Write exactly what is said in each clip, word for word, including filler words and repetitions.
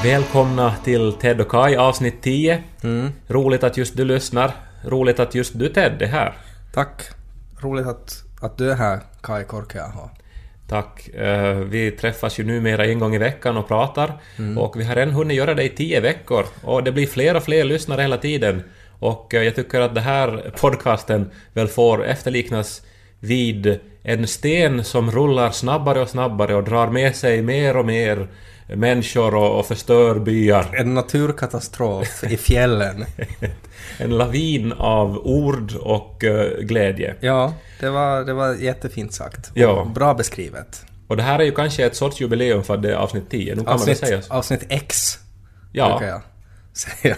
Välkomna till Ted och Kai avsnitt tio. Mm. Roligt att just du lyssnar. Roligt att just du, Ted, är här. Tack. Roligt att, att du är här, Kai Korkeaho. Tack. Uh, vi träffas ju numera en gång i veckan och pratar. Mm. Och vi har redan hunnit göra det i tio veckor. Och det blir fler och fler lyssnare hela tiden. Och uh, jag tycker att det här podcasten väl får efterliknas vid en sten som rullar snabbare och snabbare och drar med sig mer och mer människor och, och förstör byar. En naturkatastrof i fjällen. En lavin av ord och uh, glädje. Ja, det var, det var jättefint sagt. Ja. Bra beskrivet. Och det här är ju kanske ett sorts jubileum för det är avsnitt tio. Nu kan avsnitt, man väl säga. Avsnitt X. Ja. Brukar jag säga.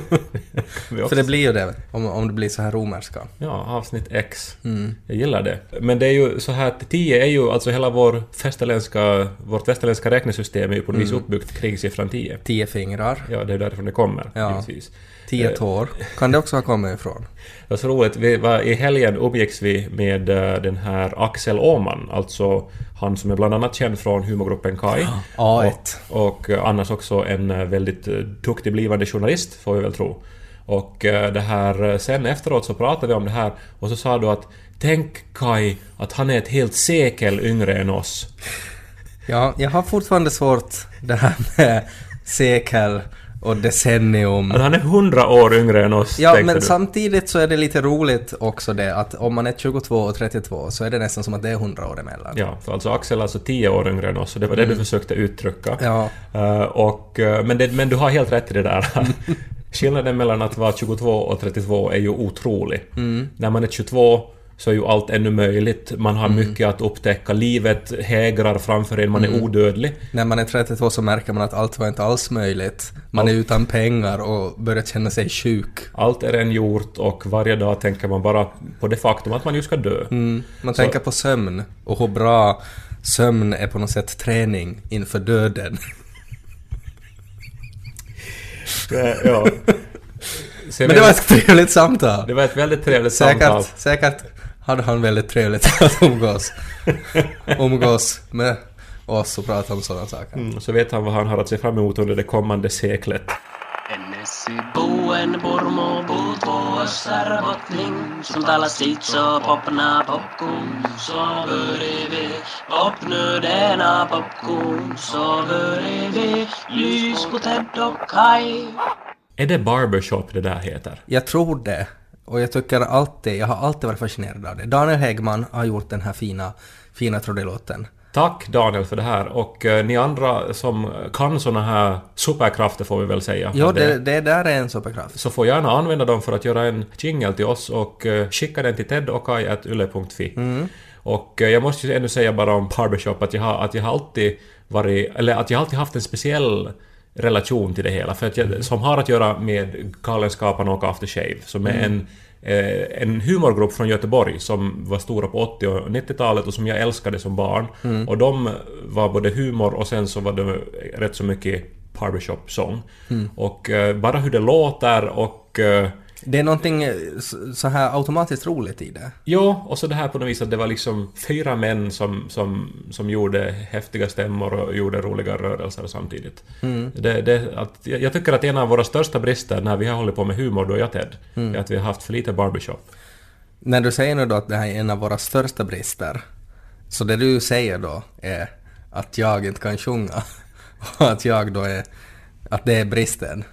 För det blir ju det om, om det blir så här romerska. Ja, avsnitt X. Mm. Jag gillar det. Men det är ju så här att tio är ju alltså hela vår västerländska, vårt västerländska räknesystem är ju på något vis Mm. uppbyggt kring siffran tio. Tio fingrar. Ja, det är därifrån det kommer. Ja. Givetvis. Tio tår. Kan det också ha kommit ifrån? Det var så roligt. Vi var, i helgen umgicks vi med uh, den här Axel Åman, alltså han som är bland annat känd från humorgruppen Kai. A ett. Och, och uh, annars också en uh, väldigt uh, duktig blivande journalist, får vi väl tro. Och uh, det här, uh, sen efteråt så pratade vi om det här och så sa du att tänk Kai att han är ett helt sekel yngre än oss. Ja, jag har fortfarande svårt det här med sekel och decennium. Att han är hundra år yngre än oss. Ja, men du. samtidigt så är det lite roligt också det att om man är tjugotvå och trettiotvå så är det nästan som att det är hundra år emellan. Ja, för alltså Axel är alltså tio år yngre än oss och det var det Mm. du försökte uttrycka. Ja. Uh, och, uh, men, det, men du har helt rätt i det där. Skillnaden mellan att vara tjugotvå och trettiotvå är ju otrolig. Mm. När man är tjugotvå så är ju allt ännu möjligt. Man har Mm. mycket att upptäcka. Livet hägrar framför en. Man är Mm. odödlig. När man är trettiotvå så märker man att allt var inte alls möjligt. Man är utan pengar och börjar känna sig sjuk. Allt är en gjort och varje dag tänker man bara på det faktum att man ju ska dö. Mm. Man Så- tänker på sömn och hur bra sömn är på något sätt träning inför döden. Eh, ja. Sen Men det var ett trevligt samtal. det var ett väldigt trevligt Säkert, samtal. säkert hade han väldigt trevligt att umgås. umgås med oss och prata om sådana saker. Mm, så vet han vad han har att se fram emot under det kommande seklet. Ennesi buen purmo puutvo sarvotning som talar sitt så popna popcorn så börjar popnödena popcorn så börjar lys på Ted och Kai. Är det barbershop det där heter? Jag tror det. Och jag tycker alltid, jag har alltid varit fascinerad av det. Daniel Häggman har gjort den här fina, fina trudelåten. Tack Daniel för det här. Och eh, ni andra som kan såna här superkrafter får vi väl säga. Jo, att det, det där är en superkraft. Så får gärna använda dem för att göra en jingle till oss och eh, skicka den till ted och kai at yle punkt fi. Mm. Och eh, jag måste ju ännu säga bara om barbershop att jag har, att jag har alltid varit, eller att jag alltid haft en speciell relation till det hela. För att jag, som har att göra med Galenskaparna och After Shave, som är Mm. en eh, en humorgrupp från Göteborg som var stora på åttio- och nittiotalet och som jag älskade som barn. Mm. Och de var både humor och sen så var det rätt så mycket barbershop-sång. Mm. Och eh, bara hur det låter och... Eh, Det är någonting eh, så- så här automatiskt roligt i det. ja, och så det här på något vis att det var liksom fyra män som, som, som gjorde häftiga stämmor och gjorde roliga rörelser samtidigt. Mm. Det, det, att, jag jag tycker att en av våra största brister när vi har hållit på med humor, då jag Ted, Mm. är att vi har haft för lite barbershop. När du säger nu då att det här är en av våra största brister, så det du säger då är att jag inte kan sjunga och att jag då är att det är bristen.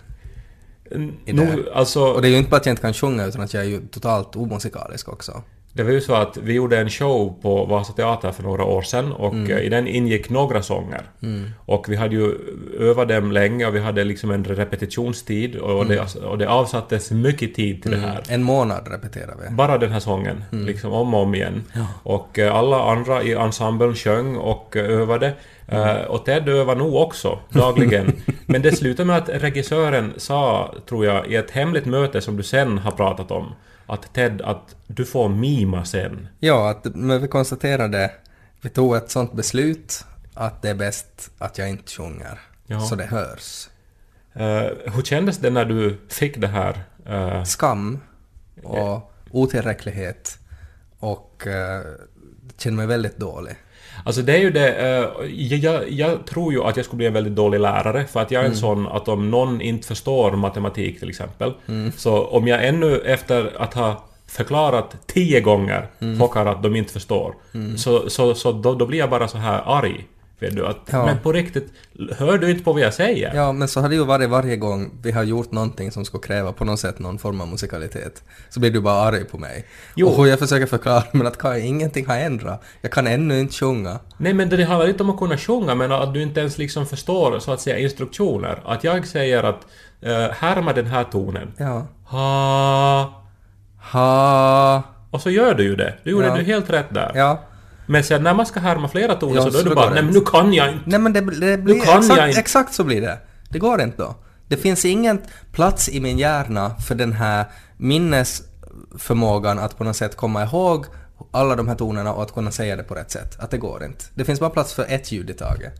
I det. Nu, alltså, Och det är ju inte bara att jag inte kan sjunga utan att jag är ju totalt omusikalisk också. det var ju så att vi gjorde en show på Vasa Teater för några år sedan och Mm. eh, i den ingick några sånger. Mm. Och vi hade ju övat dem länge och vi hade liksom en repetitionstid och, det, och det avsattes mycket tid till det här. En månad repeterar vi. Bara den här sången, liksom om och om igen. Ja. Och eh, alla andra i ensemblen sjöng och eh, övade. Eh, och Ted övar nog också, dagligen. Men det slutade med att regissören sa, tror jag, i ett hemligt möte som du sen har pratat om, att Ted, att du får mima sen. Ja, att, men vi konstaterade, vi tog ett sånt beslut att det är bäst att jag inte sjunger. Ja. Så det hörs. Eh, hur kändes det när du fick det här? eh, Skam och otillräcklighet och uh, känner mig väldigt dålig. Alltså det är ju det, uh, jag, jag, jag tror ju att jag skulle bli en väldigt dålig lärare, för att jag är en mm. sån att om någon inte förstår matematik till exempel, mm. så om jag ännu efter att ha förklarat tio gånger mm. chockar att de inte förstår, mm. så, så, så då, då blir jag bara så här arg. Vet du, att, ja. Men på riktigt, hör du inte på vad jag säger? Ja, men så har det ju varit varje gång vi har gjort någonting som ska kräva på något sätt någon form av musikalitet. Så blir du bara arg på mig. Jo. Och jag försöker förklara, men att kan, ingenting har ändrat. Jag kan ännu inte sjunga. Nej, men det handlar inte om att kunna sjunga, men att du inte ens liksom förstår så att säga instruktioner. Att jag säger att uh, härma den här tonen. Ja. Ha. Ha. Och så gör du ju det. Du gjorde ja. du helt rätt där. Ja. Men sen när man ska härma flera toner ja, så då är så du bara, nej men nu kan jag inte. Nej men det, det blir exakt, exakt så blir det. Det går inte då. Det finns ingen plats i min hjärna för den här minnesförmågan att på något sätt komma ihåg alla de här tonerna och att kunna säga det på rätt sätt. Att det går inte. Det finns bara plats för ett ljud i taget.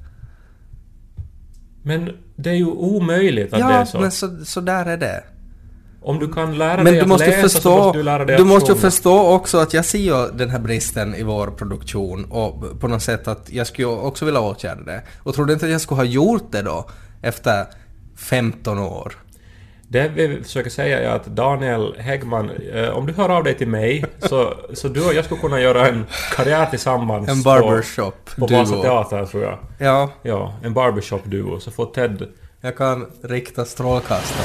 Men det är ju omöjligt att ja, det är så. Ja, men så, så där är det. Om du kan lära men dig du att måste läsa förstå, så måste du lära dig du att måste sjunga. förstå också att jag ser ju den här bristen i vår produktion och på något sätt att jag skulle också vilja åtgärda det. Och trodde inte att jag skulle ha gjort det då efter femton år. Det vi försöker säga är att Daniel Häggman, eh, om du hör av dig till mig så, så du och jag skulle kunna göra en karriär tillsammans en barbershop på, på Vasa Teater tror jag. Ja. Ja, en barbershop-duo. Så får Ted... Jag kan rikta strålkastare.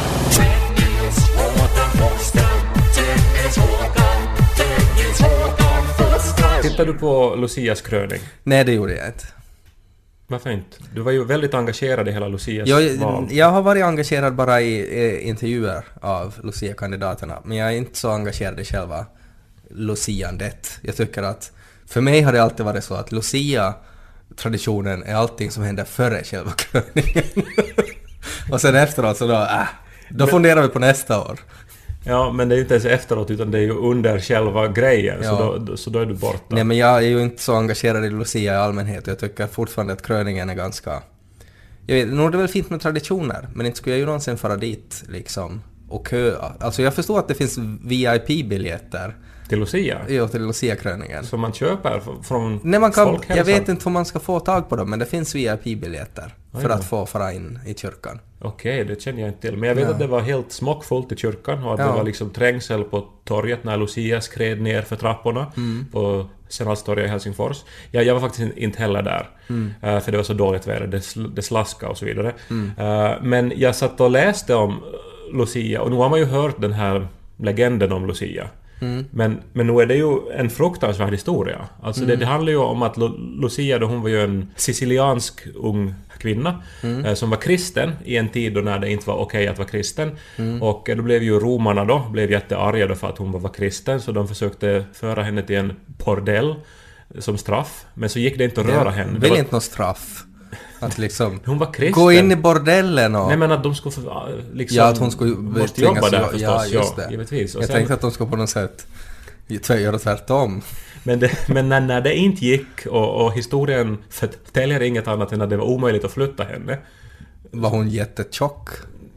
Tittar du på Lucias kröning? Nej, det gjorde jag inte. Varför inte? Du var ju väldigt engagerad i hela Lucias jag, val. Jag har varit engagerad bara i, i intervjuer av Lucia-kandidaterna. Men jag är inte så engagerad i själva Luciandet. Jag tycker att för mig har det alltid varit så att Lucia-traditionen är allting som händer före själva kröningen. Och sen efteråt så då, äh, då funderar vi på nästa år. Ja, men det är ju inte ens efteråt utan det är ju under själva grejen, ja. så, då, så då är du borta. Nej, men jag är ju inte så engagerad i Lucia i allmänhet och jag tycker fortfarande att kröningen är ganska... Jag vet, nog det är väl fint med traditioner, men inte skulle jag ju någonsin fara dit liksom och köa. Alltså jag förstår att det finns V I P-biljetter. Till Lucia? Ja, till Lucia-kröningen. Som man köper från Nej, man kan, folkhälsan? jag vet inte hur man ska få tag på dem, men det finns V I P-biljetter för ja. att få fara in i kyrkan. Okej, okay, det känner jag inte till. Men jag vet ja. att det var helt smockfullt i kyrkan och att ja. det var liksom trängsel på torget när Lucia skred ner för trapporna mm. på Senalstorget i Helsingfors. Ja, jag var faktiskt inte heller där, mm. uh, för det var så dåligt väder, det, sl- det slaskade och så vidare. Mm. Uh, men jag satt och läste om Lucia och nu har man ju hört den här legenden om Lucia. Mm. Men, men nu är det ju en fruktansvärd historia. Alltså mm. det, det handlar ju om att Lu- Lucia då hon var ju en siciliansk ung kvinna mm. eh, som var kristen i en tid då när det inte var okej att vara kristen. Mm. Och eh, då blev ju romarna då blev jättearga då för att hon var kristen, så de försökte föra henne till en bordell som straff. Men så gick det inte att röra det henne. Vill det var... inte något straff. Att liksom hon var kristen. Gå in i bordellen och... Nej, men att de skulle liksom... Ja, att hon skulle måste jobba där förstås. Ja, just det. Ja, givetvis. Och jag sen... tänkte att de skulle på något sätt göra tvärtom. Men, det, men när, när det inte gick och, och historien förtäljer inget annat än att det var omöjligt att flytta henne. Var hon jättetjock?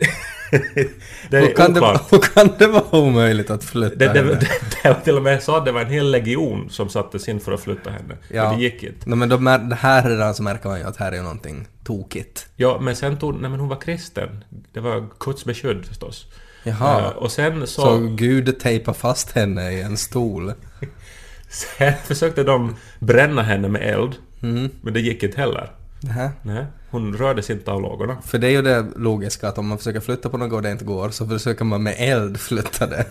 Det är hur, kan det, hur kan det vara omöjligt att flytta det, det, henne? Det, det var till och med så att det var en hel legion som sattes in för att flytta henne. Ja. Men det gick inte. Nej, men de är, det här redan så märker man ju att här är någonting tokigt. Ja, men sen tog... Nej, men hon var kristen. Det var Guds beskydd förstås. Jaha. Uh, och sen så... Så Gud tejpade fast henne i en stol. Sen försökte de bränna henne med eld. Mm. Men det gick inte heller. Nähä. Nej, hon rörde sig inte av lågorna. För det är ju det logiska att om man försöker flytta på något och det inte går så försöker man med eld flytta det.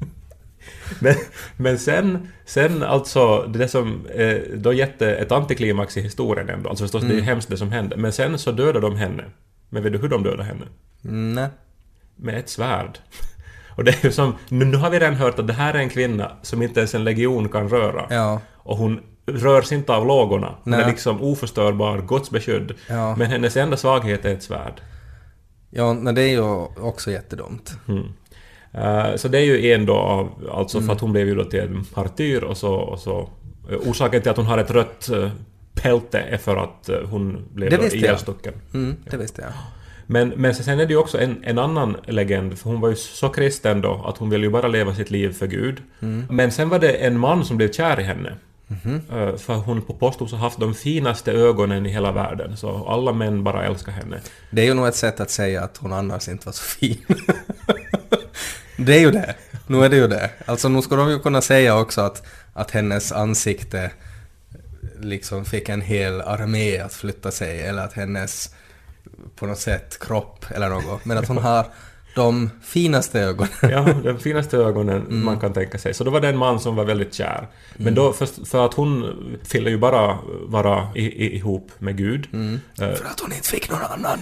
men, men sen, sen alltså det som eh, då gette ett antiklimax i historien ändå. Alltså förstås mm. det är hemskt det som hände. Men sen så dödade de henne. Men vet du hur de dödade henne? Mm, nej. Med ett svärd. Och det är ju som, nu, nu har vi redan hört att det här är en kvinna som inte ens en legion kan röra. Ja. Och hon rör sig inte av lågorna. Hon Nej. är liksom oförstörbar, Guds beskydd. Ja. Men hennes enda svaghet är ett svärd. Ja, men det är ju också jättedumt. Mm. Uh, så det är ju en då av, alltså mm. för att hon blev ju då till en martyr och så, och så orsaken till att hon har ett rött uh, pälte är för att uh, hon blev ihjälstucken. Mm, det visste jag. Men, men sen är det ju också en, en annan legend, för hon var ju så kristen då att hon ville ju bara leva sitt liv för Gud. Mm. Men sen var det en man som blev kär i henne. Mm-hmm. För hon påstås ha haft de finaste ögonen i hela världen, så alla män bara älskar henne. Det är ju nog ett sätt att säga att hon annars inte var så fin. Det är ju det. Nu är det ju det. Alltså nu ska de ju kunna säga också att, att hennes ansikte liksom fick en hel armé att flytta sig, eller att hennes på något sätt kropp eller något, men att hon har de finaste ögonen. Ja, de finaste ögonen mm. man kan tänka sig. Så då var det en man som var väldigt kär. Men mm. då, för, för att hon ville ju bara vara i, i, ihop med Gud. Mm. Uh, för att hon inte fick någon annan.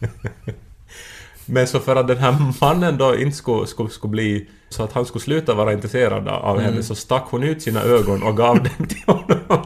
Men så för att den här mannen då inte skulle, skulle, skulle bli, så att han skulle sluta vara intresserad av mm. henne, så stack hon ut sina ögon och gav dem till honom.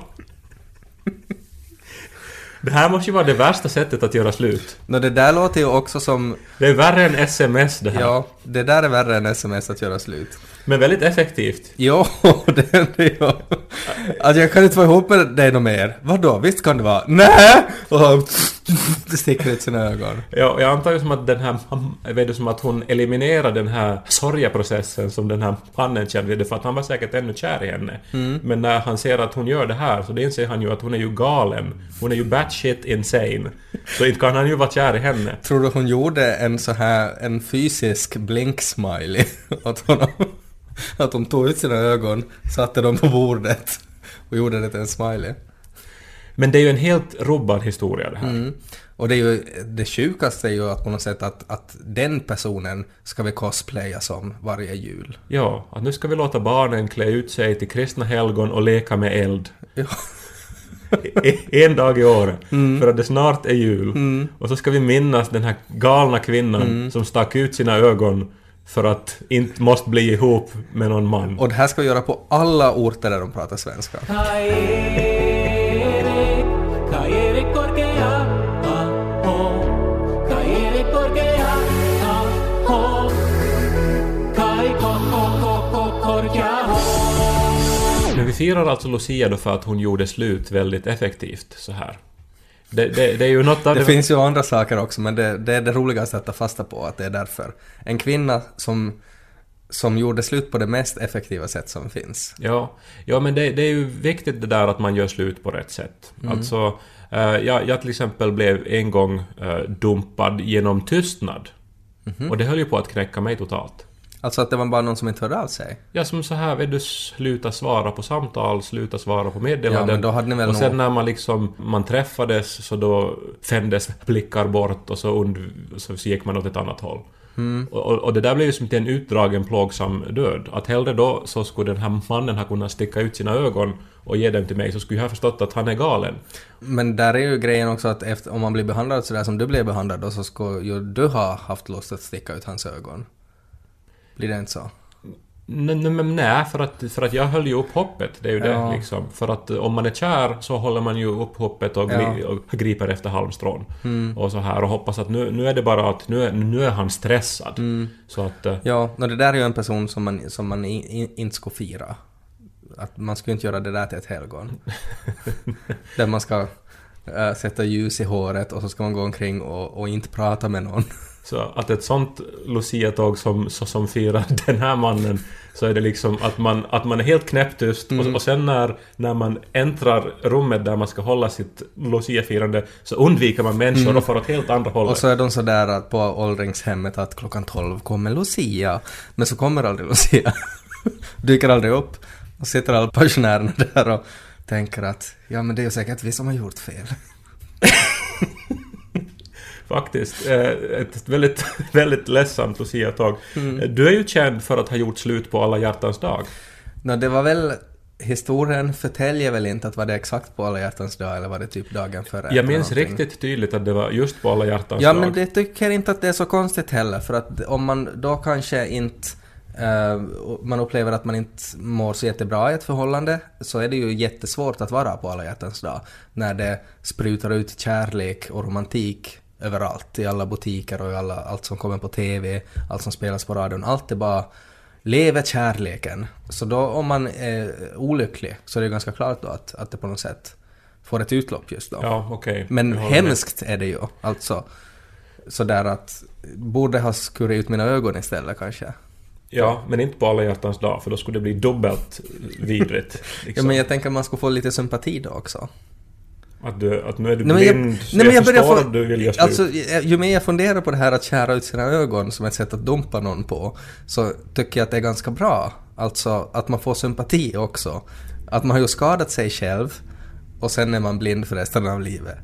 Det här måste ju vara det värsta sättet att göra slut. No, det där låter ju också som... Det är värre än sms det här. Ja, det där är värre än sms att göra slut. Men väldigt effektivt. Jo, det är det ju. Alltså jag kan inte vara ihop med dig något mer. Vadå? Visst kan det vara? Nej! Och det sticker ut sina ögon. Ja, jag antar ju som att den här... Jag vet ju som att hon eliminerar den här sorgeprocessen som den här mannen kände, för att han var säkert ännu kär i henne. Mm. Men när han ser att hon gör det här, så det inser han ju att hon är ju galen. Hon är ju batshit insane. Så inte kan han ju vara kär i henne. Tror du hon gjorde en så här, en fysisk blink-smiley åt honom? Att de tog ut sina ögon, satte dem på bordet och gjorde det till en smiley. Men det är ju en helt rubbad historia det här. Mm. Och det är ju det sjukaste är ju att på något sätt att, att den personen ska vi cosplaya som varje jul. Ja, att nu ska vi låta barnen klä ut sig till kristna helgon och leka med eld. Ja. En dag i år, mm. för att det snart är jul. Mm. Och så ska vi minnas den här galna kvinnan mm. som stack ut sina ögon för att inte måste bli ihop med någon man. Och det här ska vi göra på alla orter där de pratar svenska. Men vi firar alltså Lucia då för att hon gjorde slut väldigt effektivt så här. Det, det, det är ju något av det, det finns ju andra saker också, men det, det är det roligaste att ta fasta på, att det är därför. En kvinna som, som gjorde slut på det mest effektiva sätt som finns. Ja, ja men det, det är ju viktigt det där att man gör slut på rätt sätt. Mm. Alltså, äh, jag, jag till exempel blev en gång äh, dumpad genom tystnad. Mm-hmm. Och det höll ju på att knäcka mig totalt. Alltså att det var bara någon som inte hörde av sig? Ja, som så här, vill du sluta svara på samtal, sluta svara på meddelanden. Ja, men då hade ni väl och sen nog... när man liksom, man träffades så då fändes blickar bort och så, und- så gick man åt ett annat håll. Mm. Och, och det där blev ju som till en utdragen plågsam död. Att hellre då så skulle den här mannen ha kunnat sticka ut sina ögon och ge dem till mig, så skulle jag ha förstått att han är galen. Men där är ju grejen också att efter, om man blir behandlad så där som du blev behandlad då, så skulle ju du ha haft lust att sticka ut hans ögon. Blir det inte så? Nej, men nej, för att, för att jag höll ju upp hoppet. Det är ju ja. det liksom. För att om man är kär så håller man ju upp hoppet och, gri- ja. och griper efter halmstrån. Mm. Och så här och hoppas att nu, nu är det bara att nu är, nu är han stressad. Mm. Så att, ja, och det där är ju en person som man, som man in, in, inte ska fira. Att man ska inte göra det där till ett helgon. Där man ska äh, sätta ljus i håret och så ska man gå omkring och, och inte prata med någon. Så att ett sånt Lucia-tåg som, som firar den här mannen, så är det liksom att man, att man är helt knäpptyst mm. och, och sen när, när man äntrar rummet där man ska hålla sitt Lucia-firande, så undviker man människor mm. och får åt helt andra hållet. Och så är de så där att på åldringshemmet att klockan tolv kommer Lucia, men så kommer aldrig Lucia. Dyker aldrig upp och sitter alla pensionärerna där och tänker att ja, men det är ju säkert vi som har gjort fel. Faktiskt. Ett väldigt, väldigt ledsamt Lucia-tåg. Mm. Du är ju känd för att ha gjort slut på alla hjärtans dag. No, det var väl... Historien förtäljer väl inte att var det exakt på alla hjärtans dag, eller var det typ dagen före? Jag minns riktigt tydligt att det var just på alla hjärtans ja, dag. Ja, men det tycker inte att det är så konstigt heller. För att om man då kanske inte... Uh, man upplever att man inte mår så jättebra i ett förhållande, så är det ju jättesvårt att vara på alla hjärtans dag. När det sprutar ut kärlek och romantik överallt, i alla butiker och i alla, allt som kommer på tv, allt som spelas på radion, allt är bara lever kärleken. Så då om man är olycklig så är det ganska klart då att, att det på något sätt får ett utlopp just då. Ja, okej. Okay. Men hemskt är det ju, alltså. sådär att borde ha skurit ut mina ögon istället kanske. Ja, men inte på alla hjärtans dag, för då skulle det bli dubbelt vidrigt. Liksom. Ja, men jag tänker att man skulle få lite sympati då också. Att, du, att nu är du Nej, blind, men jag, så nej, men jag jag förstår få, att du vill göra slut. alltså, ju mer jag funderar på det här att kära ut sina ögon som ett sätt att dumpa någon på, så tycker jag att det är ganska bra. Alltså att man får sympati också. Att man har ju skadat sig själv och sen är man blind för resten av livet.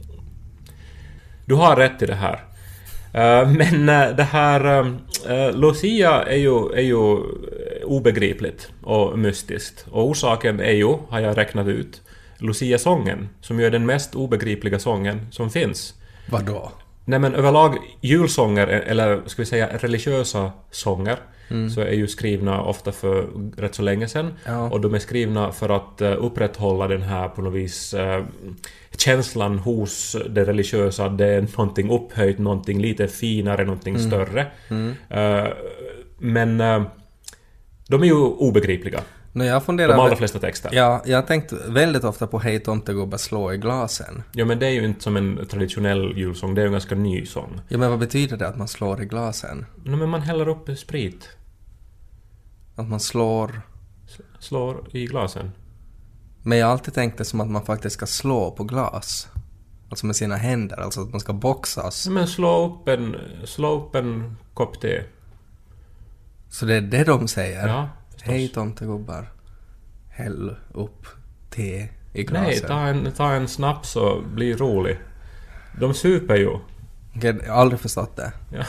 Du har rätt i det här. Uh, men uh, det här uh, Lucia är ju, är ju obegripligt och mystiskt. Och orsaken är ju, har jag räknat ut, Lucia-sången, som ju är den mest obegripliga sången som finns. Vadå? Nej, men överlag julsånger, eller ska vi säga religiösa sånger, mm. så är ju skrivna ofta för rätt så länge sedan. Ja. Och de är skrivna för att uh, upprätthålla den här på något vis uh, känslan hos det religiösa, att det är någonting upphöjt, någonting lite finare, någonting mm. större. Mm. Uh, men uh, de är ju obegripliga. No, jag funderar, de allra flesta texter. Ja, jag har tänkt väldigt ofta på Hej tomtegubbar slå i glasen. Ja, men det är ju inte som en traditionell julsång, det är ju en ganska ny sång. Ja, men vad betyder det att man slår i glasen? No, men man häller upp sprit. Att man slår... S- slår i glasen. Men jag har alltid tänkt det som att man faktiskt ska slå på glas. Alltså med sina händer, alltså att man ska boxas. Ja, men slå upp en, slå upp en kopp te. Så det är det de säger? Ja, förstås. Hej tomtegubbar, häll upp te i glasen. Nej, ta en, ta en snaps och bli rolig. De super ju. Jag har aldrig förstått det. Ja.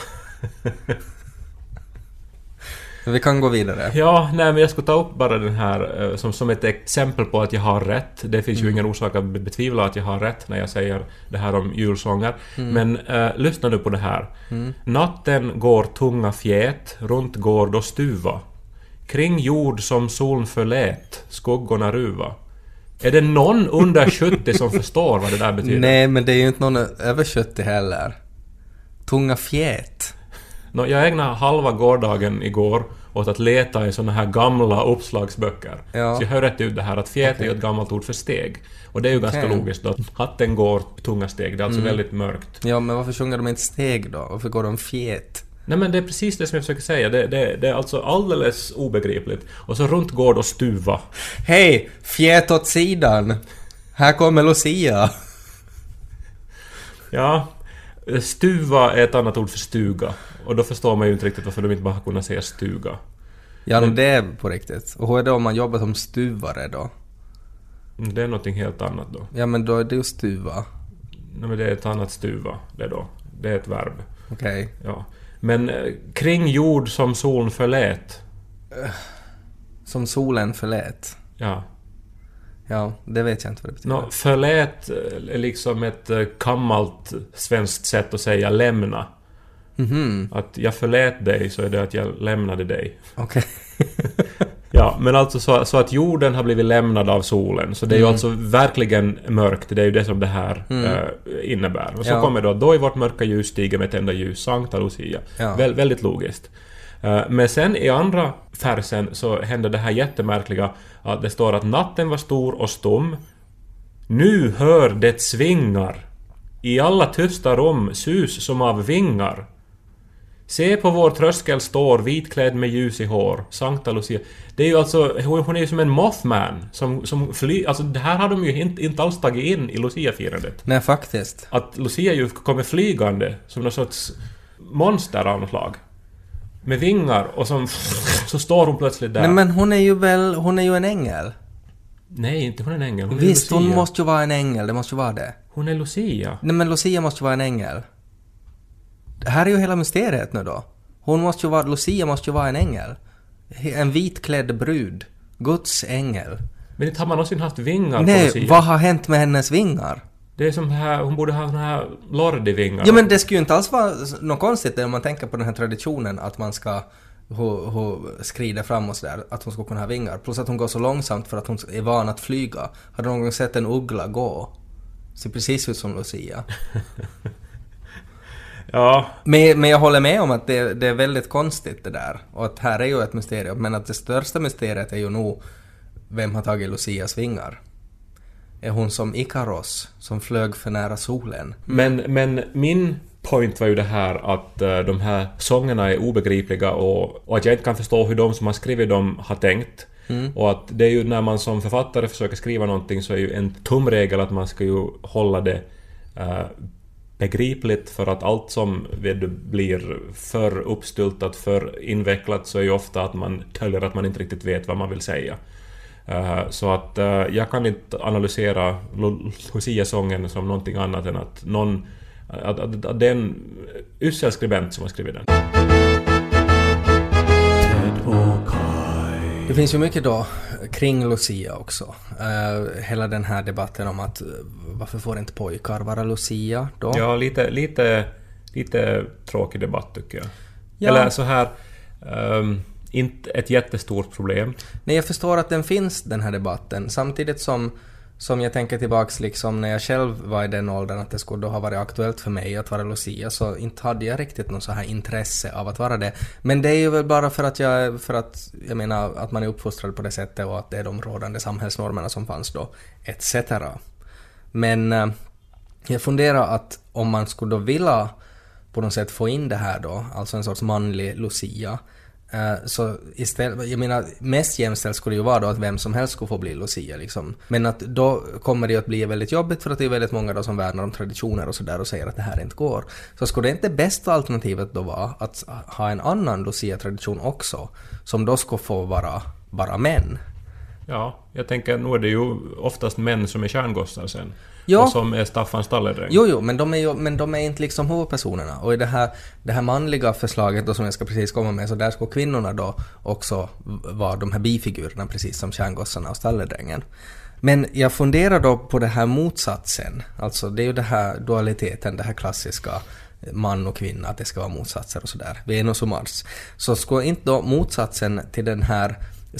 Men vi kan gå vidare. Ja, nej, men jag ska ta upp bara den här som, som ett exempel på att jag har rätt. Det finns mm. ju ingen orsak att betvivla att jag har rätt när jag säger det här om julsånger. Mm. Men äh, lyssna nu på det här. Mm. Natten går tunga fjät, runt går då stuva. Kring jord som soln förlät, skuggorna ruva. Är det någon under sjuttio som förstår vad det där betyder? Nej, men det är ju inte någon över sjuttio heller. Tunga fjät. No, jag ägnade halva gårdagen igår åt att leta i såna här gamla uppslagsböcker. Ja. Så jag hör rätt ut det här att fjät okay. är ju ett gammalt ord för steg. Och det är ju okay. ganska logiskt då att hatten går tunga steg. Det är alltså mm. väldigt mörkt. Ja, men varför sjunger de inte steg då? Varför går de fjät? Nej, men det är precis det som jag försöker säga. Det, det, det är alltså alldeles obegripligt. Och så runt går då stuva. Hej, fjät åt sidan. Här kommer Lucia. Ja, stuva är ett annat ord för stuga. Och då förstår man ju inte riktigt varför de inte bara kunnat säga stuga. Ja, men det är på riktigt. Och hur är det om man jobbar som stuvare då? Det är någonting helt annat då. Ja, men då är det ju stuva. Nej, men det är ett annat stuva, det då. Det är ett verb. Okej. Okay. Ja. Men eh, kring jord som solen förlät. Som solen förlät? Ja. Ja, det vet jag inte vad det betyder. No, förlät är liksom ett gammalt svenskt sätt att säga lämna. Mm-hmm. Att jag förlät dig så är det att jag lämnade dig. Okej. Okay. Ja, men alltså så, så att jorden har blivit lämnad av solen. Så det är mm. ju alltså verkligen mörkt. Det är ju det som det här mm. äh, innebär. Och så ja. kommer då, då i vårt mörka ljus stiger med ett enda ljus, Sankta Lucia. Ja. Vä- väldigt logiskt. Uh, men sen i andra versen så händer det här jättemärkliga att det står att natten var stor och stum. Nu hör det svingar. I alla tysta rum sus som av vingar. Se på vår tröskel står vitklädd med ljus i hår, Sankta Lucia. Det är ju alltså, hon är ju som en Mothman som, som fly, alltså det här har de ju inte, inte alls tagit in i Lucia-firandet. Nej, faktiskt. Att Lucia ju kommer flygande som någon sorts monster av något slag. Med vingar och som, så står hon plötsligt där. Nej, men hon är ju väl, hon är ju en ängel. Nej, inte hon är en ängel. Hon Visst, är hon måste ju vara en ängel, det måste ju vara det. Hon är Lucia. Nej, men Lucia måste ju vara en ängel. Det här är ju hela mysteriet nu då. Hon måste ju vara, Lucia måste ju vara en ängel. En vitklädd brud. Guds ängel. Men inte har man någonsin haft vingar Nej, på Lucia? vad har hänt med hennes vingar? Det är som här, hon borde ha såna här lordivingar. Ja, men det skulle ju inte alls vara något konstigt om man tänker på den här traditionen att man ska hon, hon skrider fram och sådär, att hon ska kunna ha vingar. Plus att hon går så långsamt för att hon är van att flyga. Har du någon gång sett en uggla gå? Ser precis ut som Lucia. Ja. Men, men jag håller med om att det, det är väldigt konstigt det där. Och att här är ju ett mysterium. Men att det största mysteriet är ju nog vem har tagit Lucias vingar. Är hon som Ikaros som flög för nära solen? Men, men min point var ju det här att uh, de här sångerna är obegripliga och, och att jag inte kan förstå hur de som har skrivit dem har tänkt. Mm. Och att det är ju när man som författare försöker skriva någonting så är ju en tumregel att man ska ju hålla det uh, begripligt, för att allt som vet du, blir för uppstultat, för invecklat, så är ju ofta att man töljer att man inte riktigt vet vad man vill säga. Uh, så att uh, jag kan inte analysera Lucia-sången som någonting annat än att någon att, att, att det är en usel skribent som har skrivit den. Det finns ju mycket då kring Lucia också. Uh, hela den här debatten om att uh, varför får inte pojkar vara Lucia då? Ja, lite, lite, lite tråkig debatt tycker jag. Ja. Eller så här, um, inte ett jättestort problem. Nej, jag förstår att den finns, den här debatten. Samtidigt som, som jag tänker tillbaks liksom när jag själv var i den åldern att det skulle då ha varit aktuellt för mig att vara Lucia, så inte hade jag riktigt någon så här intresse av att vara det. Men det är ju väl bara för att jag, för att jag menar att man är uppfostrad på det sättet och att det är de rådande samhällsnormerna som fanns då, et cetera. Men äh, jag funderar att om man skulle då vilja på något sätt få in det här då, alltså en sorts manlig Lucia, Uh, så istället, jag menar, mest jämställt skulle det ju vara då att vem som helst skulle få bli Lucia liksom. Men att då kommer det att bli väldigt jobbigt, för att det är väldigt många då som värnar om traditioner och sådär och säger att det här inte går. Så skulle det inte bästa alternativet då vara att ha en annan Lucia-tradition också, som då skulle få vara bara män? Ja, jag tänker nu är det ju oftast män som är kärngossar sen. Ja. Och som är Staffan Stalledräng. Jo, jo, men de är ju, men de är inte liksom huvudpersonerna. Och i det här, det här manliga förslaget då som jag ska precis komma med, så där ska kvinnorna då också vara de här bifigurerna, precis som kärngossarna och Stalledrängen. Men jag funderar då på det här motsatsen. Alltså det är ju det här dualiteten, det här klassiska man och kvinna, att det ska vara motsatser och sådär. Venus och Mars. Så ska inte då motsatsen till den här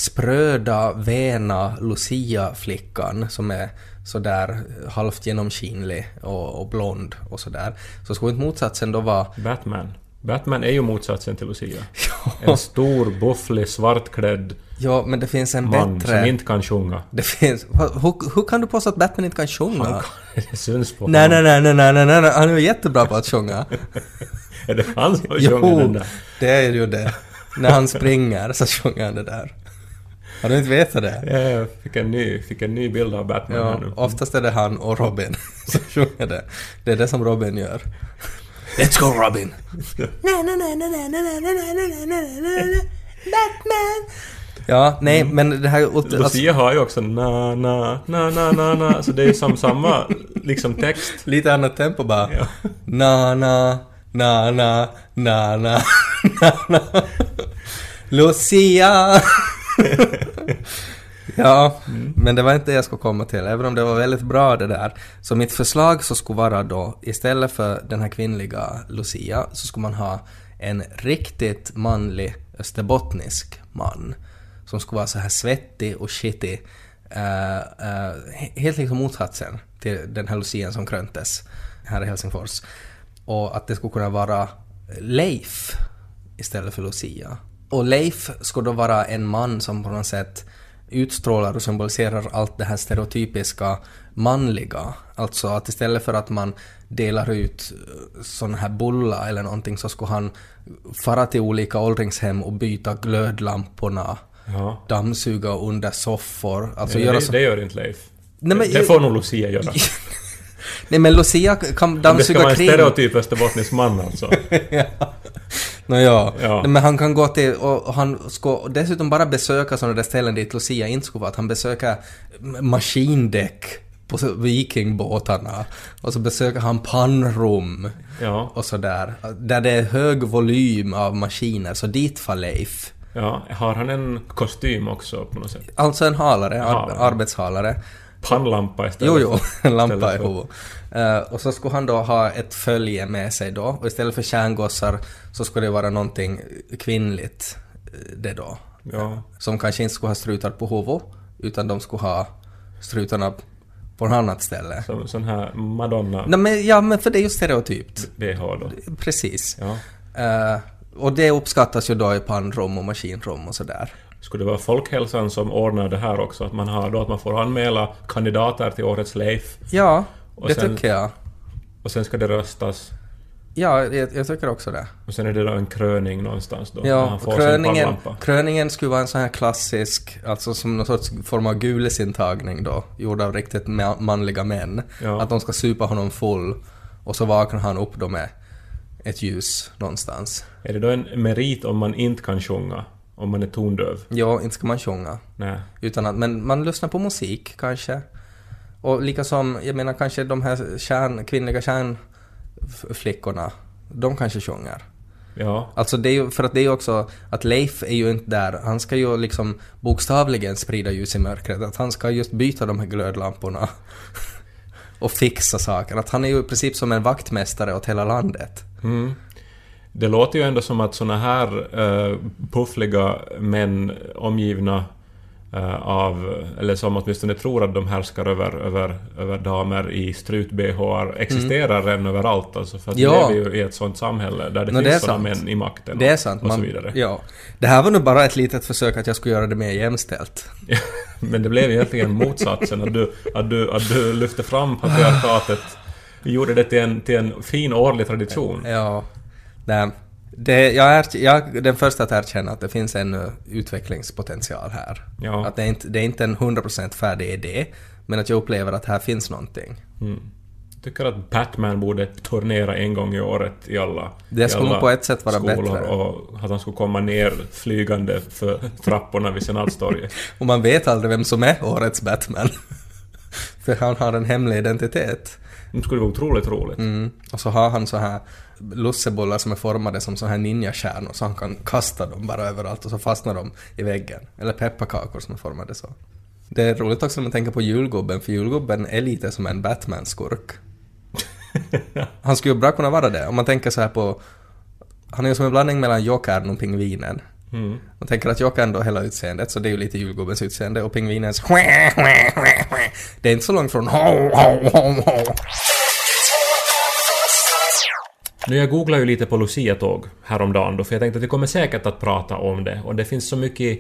spröda, vena Lucia-flickan som är sådär halvt genomskinlig och, och blond och sådär, så skulle inte motsatsen då vara Batman. Batman är ju motsatsen till Lucia. Ja. En stor, bufflig, svartklädd ja, men det finns en man bättre som inte kan sjunga. Det finns... Hur, hur kan du påstå att Batman inte kan sjunga? Han kan, det syns på nej, nej, nej, nej, nej, nej, nej, han är ju jättebra på att sjunga. Är det han som sjunger den där? Det är ju det. När han springer så sjunger han det där. Har du inte vetat det? Jag fick en ny, fick en ny bild av Batman ja, här nu. Oftast är det han och Robin som sjunger det. Det är det som Robin gör. Let's go Robin! Batman! Ja, nej, mm. men det här... Lucia har ju också na, na, na, na, na, na. Så det är som samma liksom text. Lite annat tempo bara. Ja. Na, na, na, na, na, na, na, na. Lucia! Ja, mm. men det var inte det jag skulle komma till. Även om det var väldigt bra det där. Så mitt förslag så skulle vara då, istället för den här kvinnliga Lucia, så skulle man ha en riktigt manlig österbottnisk man. Som skulle vara så här svettig och shitty. Uh, uh, helt liksom motsatsen till den här Lucian som kröntes här i Helsingfors. Och att det skulle kunna vara Leif istället för Lucia. Och Leif skulle då vara en man som på något sätt utstrålar och symboliserar allt det här stereotypiska manliga. Alltså att istället för att man delar ut sån här bulla eller någonting, så skulle han fara till olika åldringshem och byta glödlamporna, ja. dammsuga under soffor. Alltså Nej, göra det, så... det gör inte Leif. Nej, men... Det får nog Lucia göra. Nej, men Lucia kan dammsuga kring... Det ska vara en stereotyp österbottnisk man alltså. Ja. No, ja. ja. Men han kan gå till och, och han ska dessutom bara besöka sådana där ställen dit Lucia inte skulle vara. Att han besöker maskindäck på vikingbåtarna och så besöker han pannrum ja. och sådär. Där det är hög volym av maskiner, så dit får Leif. Ja, har han en kostym också på något sätt? Alltså en halare, ar- arbetshalare. Pannlampa istället. Jo, jo, en lampa i huvudet. Uh, och så skulle han då ha ett följe med sig då. Och istället för kärngossar så skulle det vara någonting kvinnligt det då. Ja. Som kanske inte skulle ha strutar på huvudet, utan de skulle ha strutarna på ett annat ställe. Som sån här Madonna. Nej, men, ja, men för det är ju stereotypt. B H då. Precis. Ja. Uh, och det uppskattas ju då i pannrum och maskinrum och sådär. Skulle det vara Folkhälsan som ordnar det här också? Att man har då att man får anmäla kandidater till årets Leif? Ja, och det sen, tycker jag. Och sen ska det röstas. Ja, jag, jag tycker också det. Och sen är det då en kröning någonstans då. Ja, han får kröningen, sin kröningen skulle vara en sån här klassisk, alltså som någon sorts form av gulesintagning då, gjord av riktigt ma- manliga män. Ja. Att de ska supa honom full och så vaknar han upp då med ett ljus någonstans. Är det då en merit om man inte kan sjunga? Om man är tondöv? Ja, inte ska man sjunga. Nej. Utan att, men man lyssnar på musik kanske. Och lika som, jag menar kanske de här kärn, kvinnliga kärnflickorna, de kanske sjunger. Ja. Alltså det är ju, för att det är ju också att Leif är ju inte där. Han ska ju liksom bokstavligen sprida ljus i mörkret. Att han ska just byta de här glödlamporna och fixa saker. Att han är ju i princip som en vaktmästare åt hela landet. Mm. Det låter ju ändå som att såna här uh, puffliga män omgivna uh, av, eller som åtminstone tror att de härskar över, över, över damer i strut-B H existerar mm. än överallt. Alltså, för att ja. vi lever ju i ett sånt samhälle där det no, finns det sådana män i makten. Det är sant. Och Man, så vidare. Ja. Det här var nog bara ett litet försök att jag skulle göra det mer jämställt. Men det blev egentligen motsatsen. Att du, att du, att du lyfte fram patriarkatet. Vi gjorde det till en, till en fin årlig tradition. Ja. Nej. Det, jag är jag, den första att erkänna att det finns en uh, utvecklingspotential här. Ja. Att det är inte det är inte en hundra procent färdig idé, men att jag upplever att här finns någonting. Mm. Jag tycker att Batman borde turnera en gång i året i alla Det skulle nog på ett sätt vara skolor bättre. Och att han skulle komma ner flygande för trapporna vid Senatstorget. Och man vet aldrig vem som är årets Batman. För han har en hemlig identitet. Det skulle vara otroligt roligt. Mm. Och så har han så här lussebollar som är formade som så här ninja-kärnor, så han kan kasta dem bara överallt och så fastnar de i väggen. Eller pepparkakor som är formade så. Det är roligt också när man tänker på julgubben, för julgubben är lite som en Batman-skurk. Han skulle ju bra kunna vara det. Om man tänker så här på, han är ju som en blandning mellan Jokern och pingvinen. Mm. Man tänker att Jokern då hela utseendet, så det är ju lite julgubbens utseende, och pingvinens det är inte så långt från Nu jag googlar ju lite på Lucia-tåg häromdagen då, för jag tänkte att vi kommer säkert att prata om det, och det finns så mycket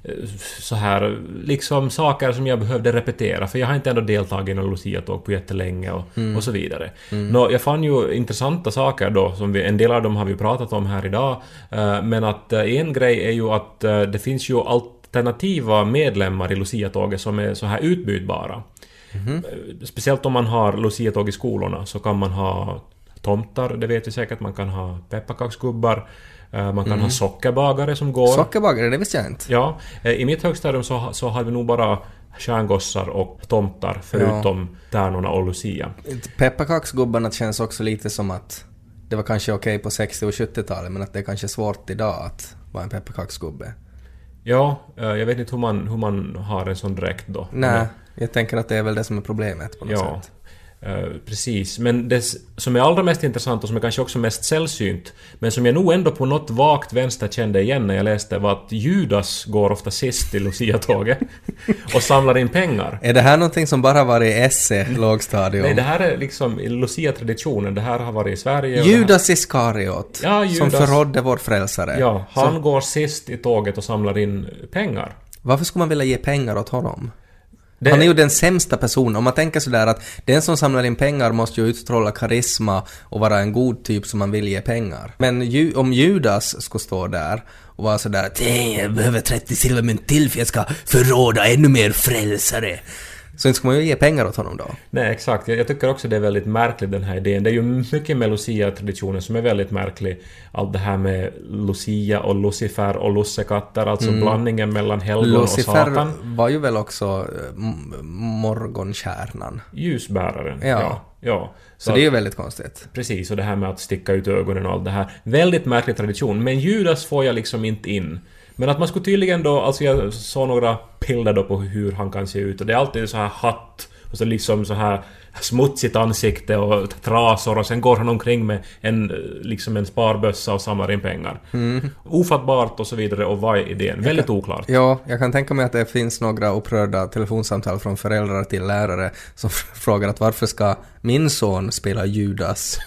så här liksom saker som jag behövde repetera, för jag har inte ändå deltagit i någon Lucia-tåg på jättelänge och, mm. och så vidare. Mm. Nå, jag fann ju intressanta saker då, som vi, en del av dem har vi pratat om här idag, uh, men att uh, en grej är ju att uh, det finns ju alternativa medlemmar i Lucia-tåget som är så här utbytbara. Mm. Uh, speciellt om man har Lucia-tåg i skolorna så kan man ha tomtar, det vet vi säkert, man kan ha pepparkaksgubbar, man kan mm. ha sockerbagare som går. Sockerbagare, det visste jag inte. Ja, i mitt högstadium så, så hade vi nog bara kärngossar och tomtar förutom ja. tärnorna och Lucia. Pepparkaksgubbarna känns också lite som att det var kanske okej på sextio- och sjuttiotalet, men att det är kanske svårt idag att vara en pepparkaksgubbe. Ja, jag vet inte hur man, hur man har en sån dräkt då. Nej, men jag tänker att det är väl det som är problemet på något ja. sätt. Uh, precis, men det som är allra mest intressant och som är kanske också mest sällsynt, men som jag nog ändå på något vagt vänster kände igen när jag läste, var att Judas går ofta sist i Lucia-tåget och samlar in pengar. Är det här någonting som bara var i S E lågstadium? Nej, det här är liksom i Lucia-traditionen, det här har varit i Sverige. Judas Iskariot, ja, Judas, som förrådde vår frälsare. Ja, han så går sist i tåget och samlar in pengar. Varför skulle man vilja ge pengar åt honom? Det... Han är ju den sämsta personen. Om man tänker sådär att den som samlar in pengar måste ju utstråla karisma och vara en god typ som man vill ge pengar. Men ju, om Judas skulle stå där och vara sådär att jag behöver trettio silvermynt till för jag ska förråda ännu mer frälsare, så inte ska man ju ge pengar åt honom då. Nej, exakt. Jag, jag tycker också det är väldigt märkligt, den här idén. Det är ju mycket med Lucia-traditionen som är väldigt märklig. Allt det här med Lucia och Lucifer och lussekatter, alltså mm. blandningen mellan helgon Lucifer och Satan. var ju väl också m- morgonkärnan. Ljusbäraren, ja. ja. ja. Så, så det är ju väldigt konstigt. Precis, och det här med att sticka ut ögonen och allt det här. Väldigt märklig tradition, men Judas får jag liksom inte in. Men att man skulle tydligen då, alltså jag såg några bilder då på hur han kan se ut, och det är alltid så här hatt och så liksom så här smutsigt ansikte och trasor, och sen går han omkring med en liksom en sparbössa och samlar in pengar. Mm. Ofattbart och så vidare, och vad är idén? Väldigt kan, oklart. Ja, jag kan tänka mig att det finns några upprörda telefonsamtal från föräldrar till lärare som frågar att varför ska min son spela Judas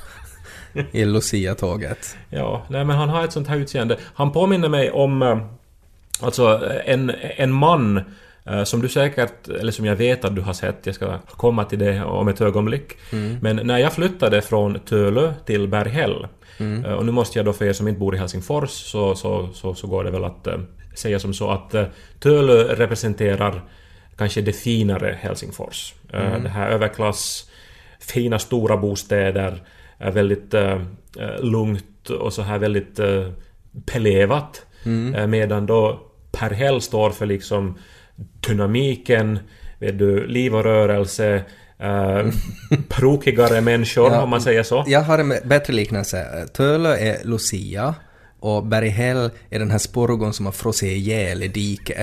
i Lucia-tåget? Ja, nej, men han har ett sånt här utseende. Han påminner mig om alltså en, en man Uh, som du säkert, eller som jag vet att du har sett, jag ska komma till det om ett ögonblick. Mm. Men när jag flyttade från Tölö till Berghäll, mm. uh, och nu måste jag då för er som inte bor i Helsingfors, så, så, så, så går det väl att uh, säga som så att uh, Tölö representerar kanske det finare Helsingfors. Mm. Uh, det här överklass, fina stora bostäder, uh, väldigt uh, lugnt och så här väldigt uh, pelevat. Mm. Uh, medan då Berghäll står för liksom dynamiken, vet du, liv och rörelse, uh, prokigare människor, ja, om man säger så. Jag har en bättre liknelse. Tölö är Lucia och Berghäll är den här sporgon som har frossit ihjäl i diket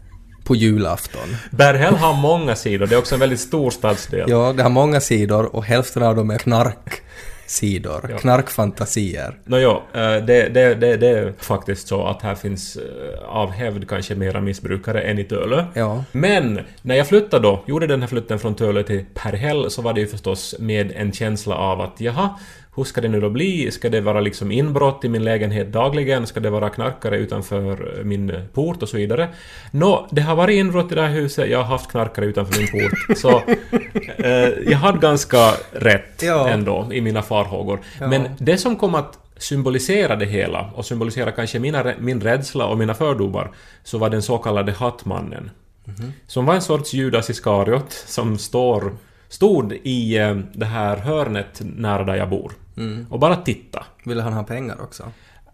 på julafton. Berghäll har många sidor, det är också en väldigt stor stadsdel. Ja, det har många sidor och hälften av dem är knark. Sidor, ja. Knarkfantasier. Nåja, det, det, det, det är faktiskt så att här finns av hävd kanske mera missbrukare än i Tölö. Ja. Men när jag flyttade då, gjorde den här flytten från Tölö till Berghäll, så var det ju förstås med en känsla av att jaha, hur ska det nu då bli? Ska det vara liksom inbrott i min lägenhet dagligen? Ska det vara knarkare utanför min port och så vidare? Nå, det har varit inbrott i det här huset. Jag har haft knarkare utanför min port. Så eh, jag hade ganska rätt, ja, ändå i mina farhågor. Ja. Men det som kom att symbolisera det hela och symbolisera kanske mina, min rädsla och mina fördomar, så var den så kallade hattmannen. Mm-hmm. Som var en sorts Judas Iskariot som står... stod i eh, det här hörnet nära där jag bor. Mm. Och bara titta. Ville han ha pengar också?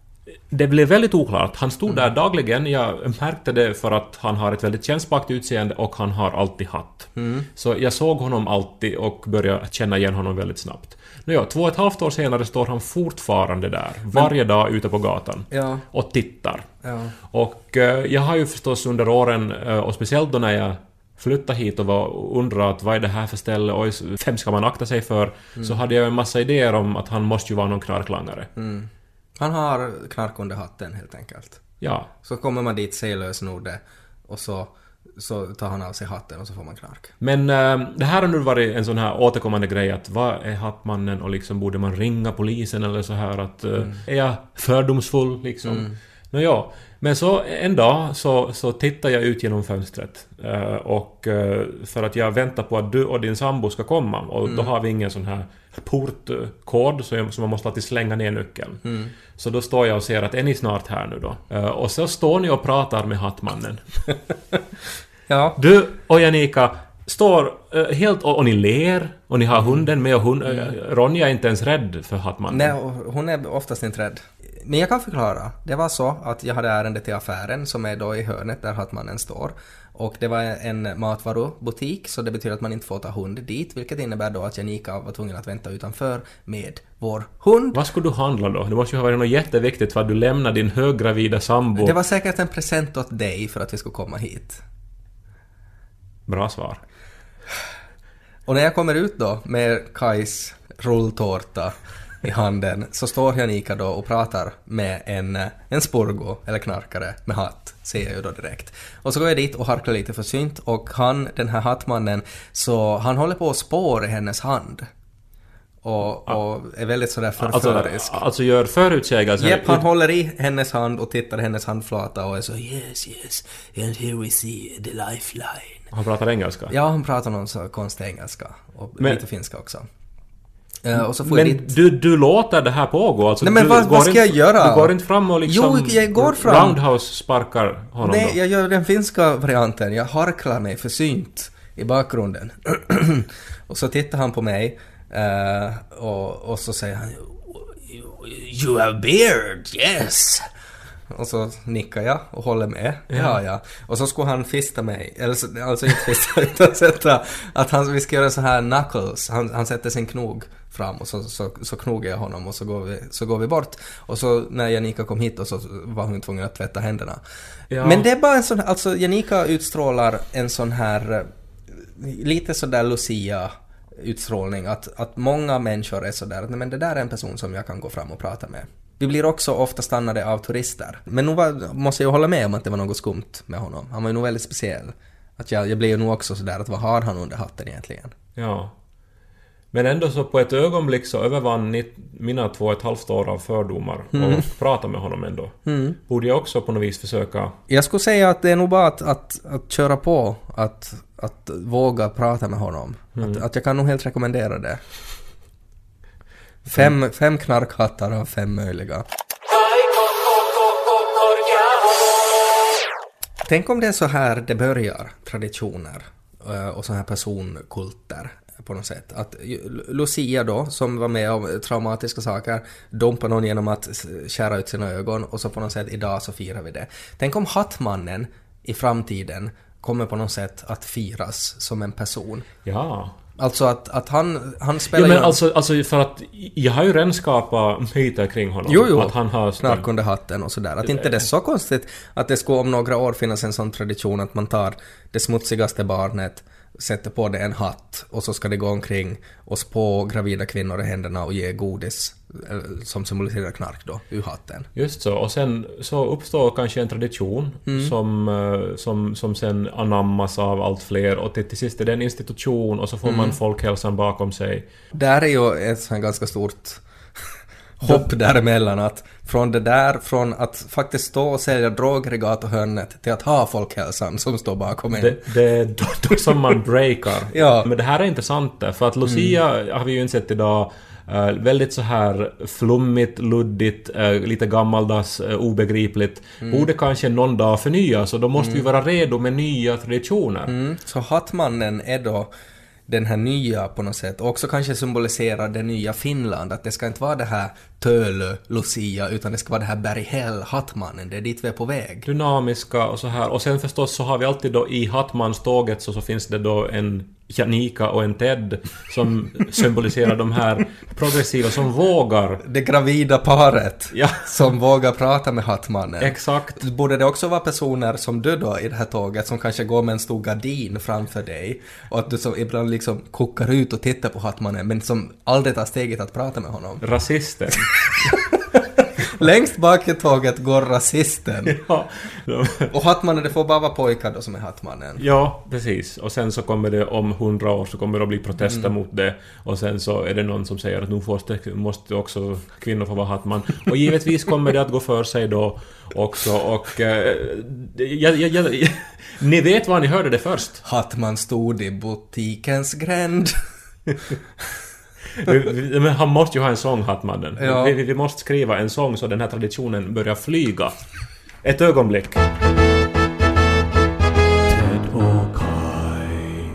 Det blev väldigt oklart. Han stod mm. där dagligen. Jag märkte det för att han har ett väldigt kännspakt utseende och han har alltid hatt. Mm. Så jag såg honom alltid och började känna igen honom väldigt snabbt. Nu ja, två och ett halvt år senare står han fortfarande där. Varje Men... dag ute på gatan. Ja. Och tittar. Ja. Och eh, jag har ju förstås under åren, eh, och speciellt då när jag flytta hit och var undra att vad är det här för ställe och vem ska man akta sig för, mm. så hade jag en massa idéer om att han måste ju vara någon knarklangare. Mm. Han har knark under hatten helt enkelt. Ja. Så kommer man dit, säger lösenordet och så, så tar han av sig hatten och så får man knark. Men äh, det här har nu varit en sån här återkommande grej att vad är hattmannen och liksom borde man ringa polisen eller så här att äh, mm. är jag fördomsfull liksom. Mm. Nå ja, men så en dag så, så tittar jag ut genom fönstret uh, och uh, för att jag väntar på att du och din sambo ska komma och mm. då har vi ingen sån här portkod så som man måste alltid slänga ner nyckeln. Mm. Så då står jag och ser att är ni snart här nu då? Uh, och så står ni och pratar med hattmannen. Ja. Du och Janika står uh, helt och, och ni ler och ni har hunden med och hon, uh, Ronja är inte ens rädd för hattmannen. Nej, hon är oftast inte rädd. Men jag kan förklara. Det var så att jag hade ärende till affären som är då i hörnet där hattmannen står. Och det var en matvarubutik så det betyder att man inte får ta hund dit. Vilket innebär då att Janika var tvungen att vänta utanför med vår hund. Vad skulle du handla då? Det måste ju ha varit något jätteviktigt för att du lämnar din höggravida sambo. Det var säkert en present åt dig för att vi skulle komma hit. Bra svar. Och när jag kommer ut då med Kajs rulltårta i handen så står Janika då och pratar med en, en sporgo eller knarkare med hatt, ser jag ju då direkt. Och så går jag dit och harklar lite försynt och han, den här hattmannen, så han håller på att spår i hennes hand. Och, och är väldigt sådär förförisk. Alltså, alltså gör förutsägelser. Jepp, han håller i hennes hand och tittar i hennes handflata och är så yes, yes, and here we see the lifeline. Han pratar engelska? Ja, han pratar någon så konstig engelska och men, lite finska också. Uh, och så får men jag dit... du, du låter det här pågå alltså. Nej men du vad, vad ska inte, jag göra? Du går inte fram och liksom... Jo, jag går fram. Roundhouse sparkar honom. Nej, då. jag gör den finska varianten. Jag harklar mig försynt i bakgrunden. Och så tittar han på mig uh, och, och så säger han You have beard, yes. Och så nickar jag och håller med. Ja, ja. ja. Och så skulle han fista mig. Eller så, alltså inte fista utan sätta att han, vi ska göra så här knuckles. Han, han sätter sin knog fram och så, så, så knogar jag honom och så går, vi, så går vi bort. Och så när Janika kom hit och så var hon tvungen att tvätta händerna. Ja. Men det är bara en sån här, alltså Janika utstrålar en sån här lite sådär Lucia utstrålning att, att många människor är sådär att men det där är en person som jag kan gå fram och prata med. Vi blir också ofta stannade av turister. Men nu var, måste jag hålla med om att det var något skumt med honom. Han var ju nog väldigt speciell. Att jag, jag blev ju nog också sådär att vad har han under hatten egentligen? Ja. Men ändå så på ett ögonblick så övervann ni mina två och ett halvt år av fördomar Mm. och prata med honom ändå. Mm. Borde jag också på något vis försöka... Jag skulle säga att det är nog bara att, att, att köra på, att, att våga prata med honom. Mm. Att, att jag kan nog helt rekommendera det. Fem, fem knarkhattar av fem möjliga. Tänk om det är så här det börjar, traditioner eh, och så här personkulter på något sätt. Att Lucia då, som var med om traumatiska saker, dumpar någon genom att skära ut sina ögon och så på något sätt idag så firar vi det. Tänk om Hattmannen i framtiden kommer på något sätt att firas som en person. Ja... Alltså att, att han, han spelar... Ja, men ju... alltså, alltså för att jag har ju redan skapat myter kring honom. Jo, jo. Att han har... Knark under hatten och sådär. Att inte det är så konstigt att det ska om några år finnas en sån tradition att man tar det smutsigaste barnet, sätter på det en hatt och så ska det gå omkring och spå gravida kvinnor i händerna och ge godis som symboliserar knark då, ur hatten. Just så. Och sen så uppstår kanske en tradition Mm. som, som, som sen anammas av allt fler och till, till sist är det en institution och så får Mm. man folkhälsan bakom sig. Där är ju ett sånt ganska stort hopp däremellan att från det där, från att faktiskt stå och sälja droger i gatuhörnet till att ha folkhälsan som står bakom en. Det, det är då, då som man breakar. Ja. Men det här är intressant där, för att Lucia Mm. har vi ju insett idag Uh, väldigt så här flummigt, luddigt, uh, lite gammaldags, uh, obegripligt. Mm. Borde kanske någon dag förnyas och då måste vi vara redo med nya traditioner. Mm. Så Hattmannen är då den här nya på något sätt och också kanske symboliserar det nya Finland, att det ska inte vara det här Tölö, Lucia, utan det ska vara det här Berghäll, Hattmannen, det är dit vi är på väg. Dynamiska och så här. Och sen förstås så har vi alltid då i Hattmanståget så, så finns det då en Janika och en Ted som symboliserar de här progressiva som vågar. Det gravida paret Ja. som vågar prata med Hattmannen. Exakt. Borde det också vara personer som du då i det här tåget som kanske går med en stor gardin framför dig och att du som ibland liksom kokar ut och tittar på Hattmannen men som aldrig tar steget att prata med honom. Rasisten. Längst bak i tåget går rasisten. Ja. Och Hattmannen, det får bara vara pojkar då som är Hattmannen. Ja, precis. Och sen så kommer det om hundra år så kommer det att bli protester Mm. mot det. Och sen så är det någon som säger att nu måste, måste också kvinnor få vara Hattman. Och givetvis kommer det att gå för sig då också. Och eh, jag, jag, jag, ni vet var ni hörde det först. Hattman stod i butikens gränd. Men han måste ju ha en sång, Hattmannen. Ja. Vi, vi, vi måste skriva en sång så den här traditionen börjar flyga. Ett ögonblick. Ted och Kai.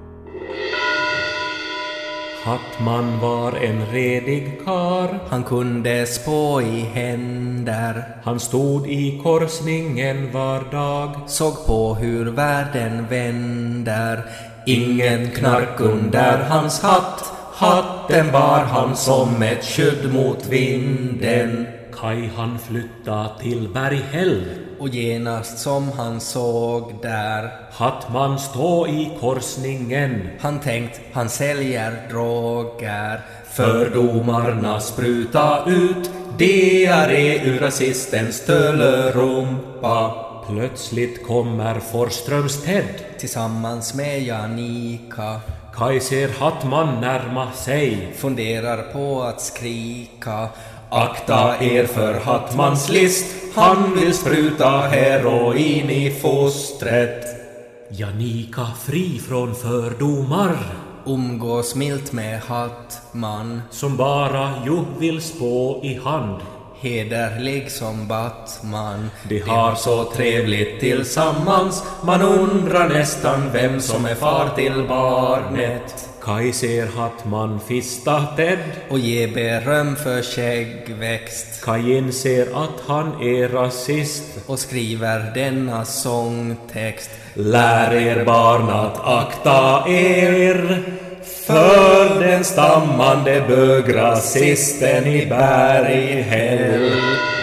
Hattman var en redig kar. Han kunde spå i händer, Han stod i korsningen var dag. såg på hur världen vänder. Ingen knark under hans hatt, hatten bar han som ett skydd mot vinden. Kai han flytta till Berghäll. Och genast som han såg där, Hattman stå i korsningen. han tänkt, han säljer droger. Fördomarna spruta ut diarré ur rasistens tölerumpa. Plötsligt kommer Forströms Ted. Tillsammans med Janika Kai ser Hattman närma sig. funderar på att skrika. Akta er för Hattmans list. Han vill spruta heroin i fostret. Janika fri från fördomar. Umgås milt med Hattman, Som bara jo vill spå i hand. hederlig som Batman. De har så trevligt tillsammans. Man undrar nästan vem som är far till barnet. Kai ser Hattman fista Ted. Och ge beröm för skäggväxt. Kai inser att han är rasist. Och skriver denna sångtext. Lär er barn att akta er för den stammande bögrasisten i Berghäll.